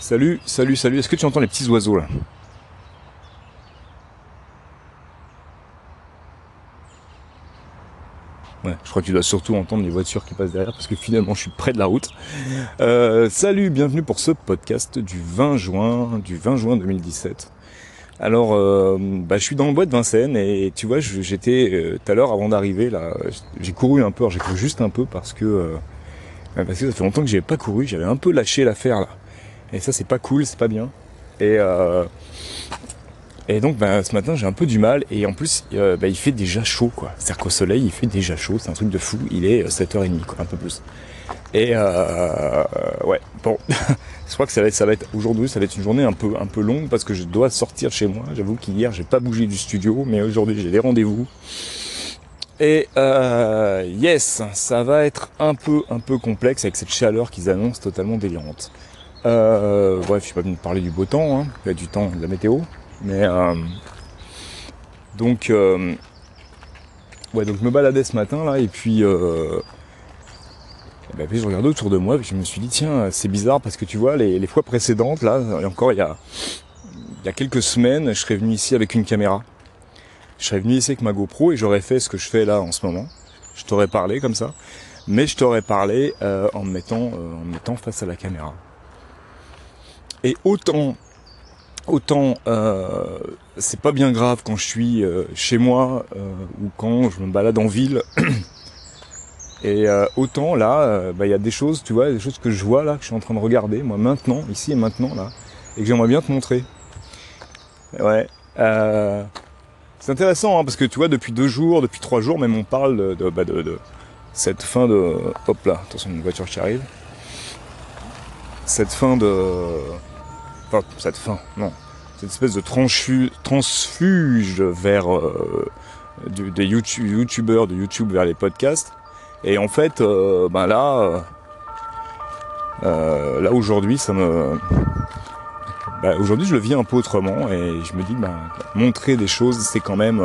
Salut, salut, salut. Est-ce que tu entends les petits oiseaux là? Ouais, je crois que tu dois surtout entendre les voitures qui passent derrière parce que finalement je suis près de la route. Salut, bienvenue pour ce podcast du 20 juin 2017. Alors, je suis dans le bois de Vincennes et tu vois, j'étais tout à l'heure avant d'arriver là, j'ai couru un peu, alors j'ai couru juste un peu parce que ça fait longtemps que j'avais pas couru, j'avais un peu lâché l'affaire là. Et ça c'est pas cool, c'est pas bien. Et donc ce matin j'ai un peu du mal et en plus il fait déjà chaud quoi. C'est-à-dire qu'au soleil il fait déjà chaud, c'est un truc de fou, il est 7h30 quoi, un peu plus. Et ouais, bon, je crois que ça va être aujourd'hui, ça va être une journée un peu longue parce que je dois sortir chez moi. J'avoue qu'hier j'ai pas bougé du studio, mais aujourd'hui j'ai des rendez-vous. Et yes, ça va être un peu complexe avec cette chaleur qu'ils annoncent totalement délirante. Bref, je suis pas venu parler du beau temps, hein, du temps, de la météo, mais donc donc je me baladais ce matin là et puis je regardais autour de moi et je me suis dit tiens c'est bizarre parce que tu vois les fois précédentes là et encore il y a quelques semaines je serais venu ici avec une caméra. Je serais venu ici avec ma GoPro et j'aurais fait ce que je fais là en ce moment. Je t'aurais parlé comme ça, mais je t'aurais parlé en me mettant face à la caméra. Et autant c'est pas bien grave quand je suis chez moi ou quand je me balade en ville. Et autant là, y a des choses, tu vois, des choses que je vois là, que je suis en train de regarder, moi maintenant, ici et maintenant là, et que j'aimerais bien te montrer. Ouais. C'est intéressant hein, parce que tu vois, depuis 2 jours, depuis 3 jours même, on parle de cette fin de. Hop là, attention, une voiture qui arrive. Cette fin de. Enfin, cette fin, non. Cette espèce de transfuge vers des youtubeurs, de YouTube vers les podcasts. Et en fait, là aujourd'hui, aujourd'hui, je le vis un peu autrement et je me dis, montrer des choses, c'est quand même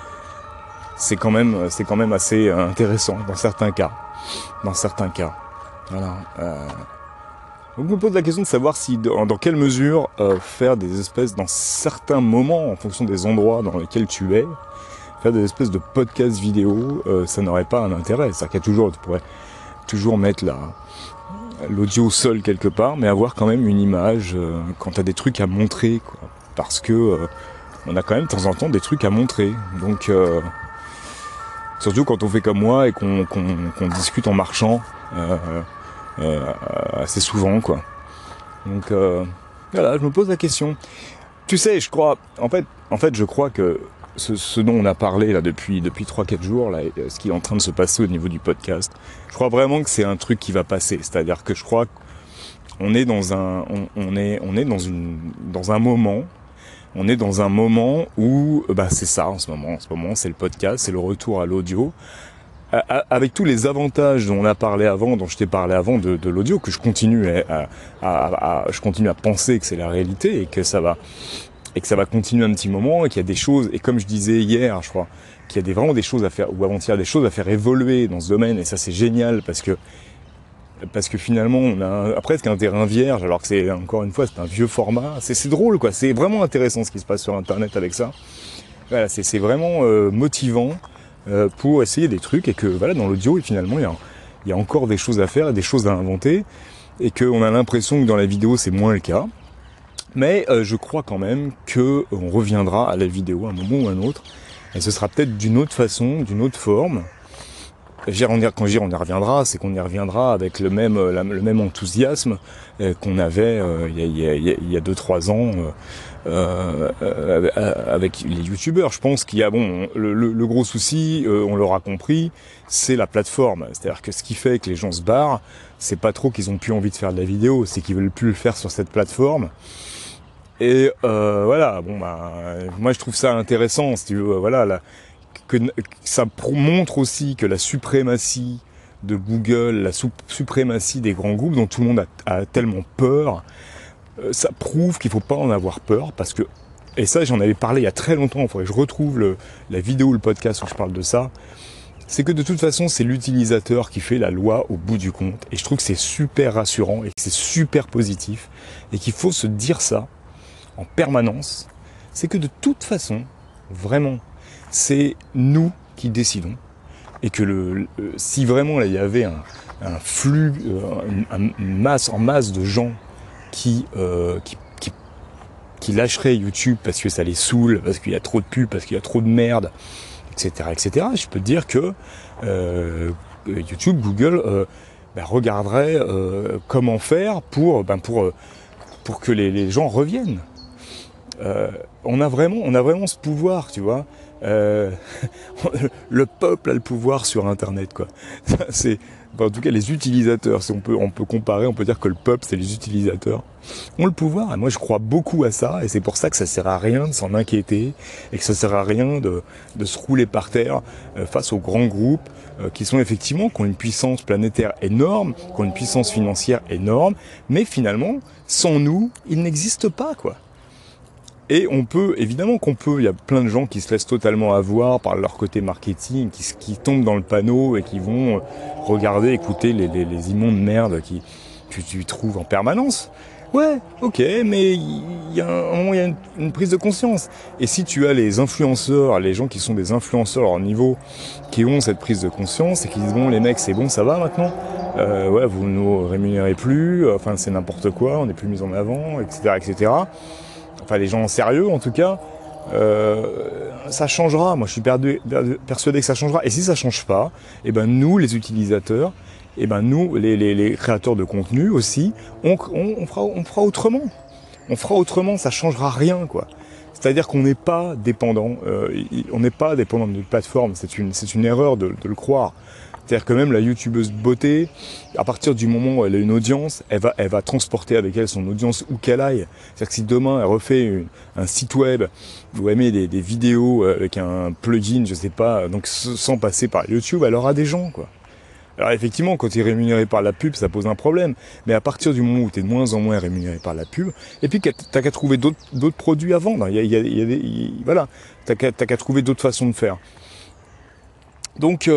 assez intéressant dans certains cas. Voilà. Donc je me pose la question de savoir si, dans quelle mesure, faire des espèces, dans certains moments, en fonction des endroits dans lesquels tu es, faire des espèces de podcasts vidéo, ça n'aurait pas un intérêt. C'est-à-dire tu pourrais toujours mettre l'audio seul quelque part, mais avoir quand même une image quand t'as des trucs à montrer, quoi. Parce que on a quand même de temps en temps des trucs à montrer. Donc surtout quand on fait comme moi et qu'on discute en marchant assez souvent, quoi. Donc voilà, je me pose la question. Tu sais, je crois, en fait, je crois que ce dont on a parlé là depuis 3-4 jours, là, ce qui est en train de se passer au niveau du podcast, je crois vraiment que c'est un truc qui va passer. C'est-à-dire que je crois qu'on est dans un moment où, c'est ça en ce moment. En ce moment, c'est le podcast, c'est le retour à l'audio. Avec tous les avantages dont on a parlé avant, dont je t'ai parlé avant de l'audio, que je continue je continue à penser que c'est la réalité et que ça va continuer un petit moment et qu'il y a des choses, et comme je disais hier, je crois, qu'il y a vraiment des choses à faire, ou avant-hier, des choses à faire évoluer dans ce domaine, et ça c'est génial parce que finalement on a presque un terrain vierge, alors que c'est, encore une fois, c'est un vieux format, c'est drôle quoi, c'est vraiment intéressant ce qui se passe sur internet avec ça. Voilà, c'est vraiment motivant pour essayer des trucs, et que voilà, dans l'audio, et finalement il y a encore des choses à faire, des choses à inventer, et qu'on a l'impression que dans la vidéo c'est moins le cas. Mais je crois quand même que on reviendra à la vidéo à un moment ou à un autre, et ce sera peut-être d'une autre façon, d'une autre forme. Quand je dis on y reviendra, c'est qu'on y reviendra avec le même enthousiasme qu'on avait il y a 2-3 ans avec les youtubeurs. Je pense qu'il y a le gros souci, on l'aura compris, c'est la plateforme. C'est-à-dire que ce qui fait que les gens se barrent, c'est pas trop qu'ils ont plus envie de faire de la vidéo, c'est qu'ils veulent plus le faire sur cette plateforme. Et voilà, moi je trouve ça intéressant, si tu veux, voilà, que ça montre aussi que la suprématie de Google, la suprématie des grands groupes dont tout le monde a tellement peur, ça prouve qu'il faut pas en avoir peur, parce que, et ça j'en avais parlé il y a très longtemps, il faudrait que je retrouve la vidéo ou le podcast où je parle de ça. c'est que de toute façon, c'est l'utilisateur qui fait la loi au bout du compte. Et je trouve que c'est super rassurant et que c'est super positif et qu'il faut se dire ça en permanence. C'est que de toute façon, vraiment, c'est nous qui décidons. Et que si vraiment là, il y avait un flux, une masse en masse de gens qui lâcheraient YouTube parce que ça les saoule, parce qu'il y a trop de pubs, parce qu'il y a trop de merde, etc., etc. Je peux te dire que YouTube, Google regarderait comment faire pour que les gens reviennent. On a vraiment ce pouvoir, tu vois. Le peuple a le pouvoir sur Internet, quoi. En tout cas, les utilisateurs, si on peut comparer, on peut dire que le peuple, c'est les utilisateurs, ont le pouvoir. Et moi, je crois beaucoup à ça, et c'est pour ça que ça sert à rien de s'en inquiéter, et que ça sert à rien de se rouler par terre face aux grands groupes qui sont effectivement, qui ont une puissance planétaire énorme, qui ont une puissance financière énorme, mais finalement, sans nous, ils n'existent pas, quoi. Et évidemment il y a plein de gens qui se laissent totalement avoir par leur côté marketing, qui tombent dans le panneau et qui vont regarder, écouter les immondes merdes que tu trouves en permanence. Ouais, ok, mais il y a une prise de conscience. Et si tu as les influenceurs, les gens qui sont des influenceurs à leur niveau, qui ont cette prise de conscience et qui disent bon les mecs c'est bon, ça va maintenant, ouais vous nous rémunérez plus, enfin c'est n'importe quoi, on n'est plus mis en avant, etc., etc. Enfin les gens sérieux en tout cas, ça changera. Moi je suis persuadé que ça changera. Et si ça change pas, et ben nous les utilisateurs, et ben nous les créateurs de contenu aussi, on fera autrement. On fera autrement, ça changera rien, quoi. C'est-à-dire qu'on n'est pas dépendant, on n'est pas dépendant d'une plateforme. C'est une erreur de le croire. C'est-à-dire que même la youtubeuse beauté, à partir du moment où elle a une audience, elle va transporter avec elle son audience où qu'elle aille. C'est-à-dire que si demain elle refait un site web où elle met des vidéos avec un plugin, je sais pas, donc sans passer par YouTube, elle aura des gens, quoi. Alors effectivement, quand tu es rémunéré par la pub, ça pose un problème. Mais à partir du moment où tu es de moins en moins rémunéré par la pub, et puis t'as qu'à trouver d'autres produits à vendre. Voilà, t'as qu'à trouver d'autres façons de faire. Donc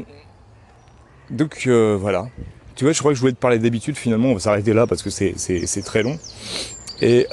voilà. Tu vois, je crois que je voulais te parler d'habitude, finalement, on va s'arrêter là parce que c'est très long. Et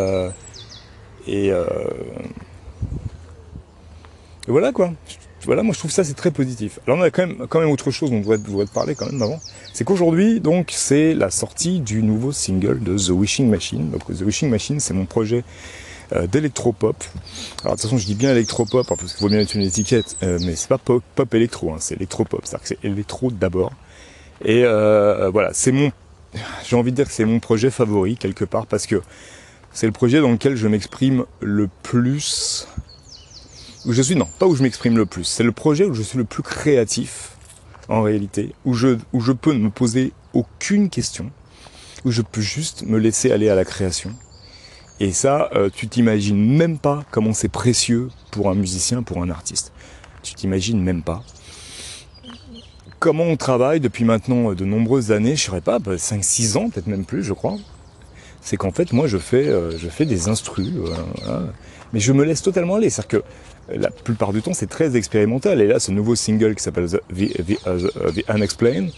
voilà quoi. Voilà, moi je trouve ça c'est très positif. Alors on a quand même autre chose dont je voudrais te parler quand même avant. C'est qu'aujourd'hui, donc, c'est la sortie du nouveau single de The Wishing Machine. Donc The Wishing Machine, c'est mon projet d'électropop. Alors de toute façon je dis bien électropop parce qu'il faut bien mettre une étiquette, mais c'est pas pop électro, hein, c'est électropop, c'est-à-dire que c'est électro d'abord. Et voilà, j'ai envie de dire que c'est mon projet favori quelque part parce que c'est le projet dans lequel je m'exprime le plus. Pas où je m'exprime le plus, c'est le projet où je suis le plus créatif en réalité, où je peux ne me poser aucune question, où je peux juste me laisser aller à la création. Et ça, tu t'imagines même pas comment c'est précieux pour un musicien, pour un artiste. Tu t'imagines même pas. Comment on travaille depuis maintenant de nombreuses années, je ne saurais pas, 5-6 ans, peut-être même plus, je crois. C'est qu'en fait, moi, je fais des instrus, voilà. Mais je me laisse totalement aller. C'est-à-dire que la plupart du temps, c'est très expérimental. Et là, ce nouveau single qui s'appelle The Unexplained,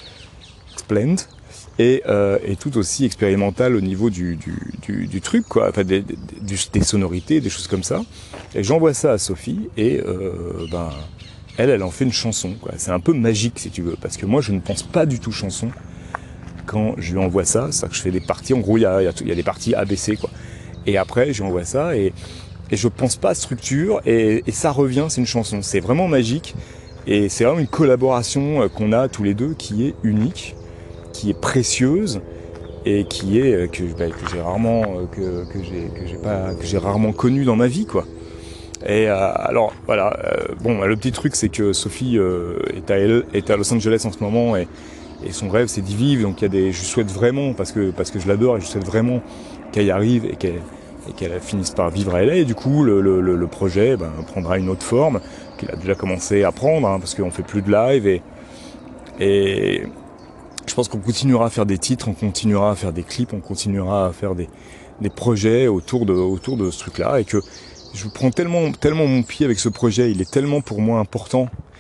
est tout aussi expérimental au niveau du truc, quoi. Enfin, des sonorités, des choses comme ça. Et j'envoie ça à Sophie et elle en fait une chanson, quoi. C'est un peu magique, si tu veux, parce que moi, je ne pense pas du tout chanson quand je lui envoie ça. C'est-à-dire que je fais des parties. En gros, il y a des parties ABC, quoi. Et après, je lui envoie ça et je pense pas à structure et ça revient, c'est une chanson. C'est vraiment magique et c'est vraiment une collaboration qu'on a tous les deux qui est unique, qui est précieuse et qui est que j'ai rarement connu dans ma vie, quoi. Et alors voilà, le petit truc c'est que Sophie est à Los Angeles en ce moment et son rêve c'est d'y vivre, donc je souhaite vraiment parce que je l'adore et je souhaite vraiment qu'elle y arrive et qu'elle finisse par vivre à LA. Et du coup le projet prendra une autre forme qu'il a déjà commencé à prendre, hein, parce qu'on fait plus de live et je pense qu'on continuera à faire des titres, on continuera à faire des clips, on continuera à faire des projets autour de ce truc-là, et que je prends tellement mon pied avec ce projet, il est tellement pour moi important,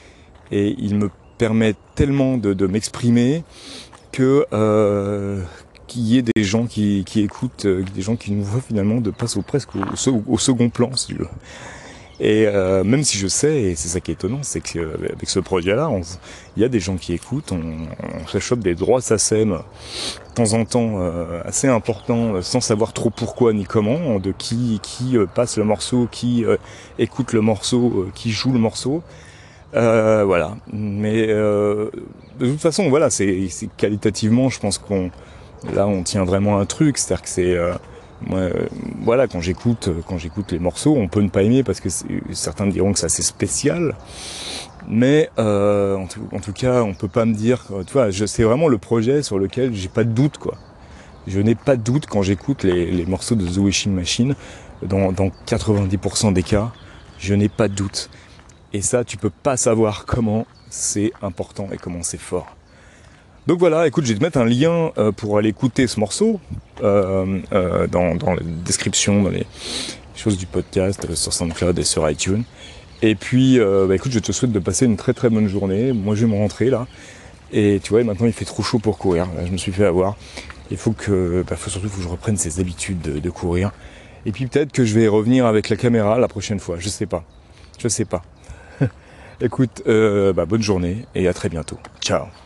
et il me permet tellement de m'exprimer que qu'il y ait des gens qui écoutent, des gens qui nous voient finalement de passer presque au second plan, si tu veux. Et même si je sais, et c'est ça qui est étonnant, c'est que avec ce projet-là, il y a des gens qui écoutent, on se chope des droits SACEM de temps en temps assez importants, sans savoir trop pourquoi ni comment, de qui passe le morceau, qui écoute le morceau, qui joue le morceau. Voilà. Mais de toute façon, voilà, c'est qualitativement, je pense on tient vraiment un truc, c'est-à-dire que c'est moi, voilà, quand j'écoute les morceaux, on peut ne pas aimer parce que certains diront que c'est assez spécial, mais en tout cas, on peut pas me dire, tu vois, c'est vraiment le projet sur lequel j'ai pas de doute, quoi. Je n'ai pas de doute quand j'écoute les morceaux de The Wishing Machine, dans 90% des cas, je n'ai pas de doute. Et ça, tu peux pas savoir comment c'est important et comment c'est fort. Donc voilà, écoute, je vais te mettre un lien pour aller écouter ce morceau dans la description, dans les choses du podcast, sur SoundCloud et sur iTunes. Et puis, écoute, je te souhaite de passer une très très bonne journée. Moi, je vais me rentrer là. Et tu vois, maintenant, il fait trop chaud pour courir. Là, je me suis fait avoir. Il faut surtout que je reprenne ces habitudes de courir. Et puis peut-être que je vais revenir avec la caméra la prochaine fois. Je sais pas. Écoute, bonne journée et à très bientôt. Ciao.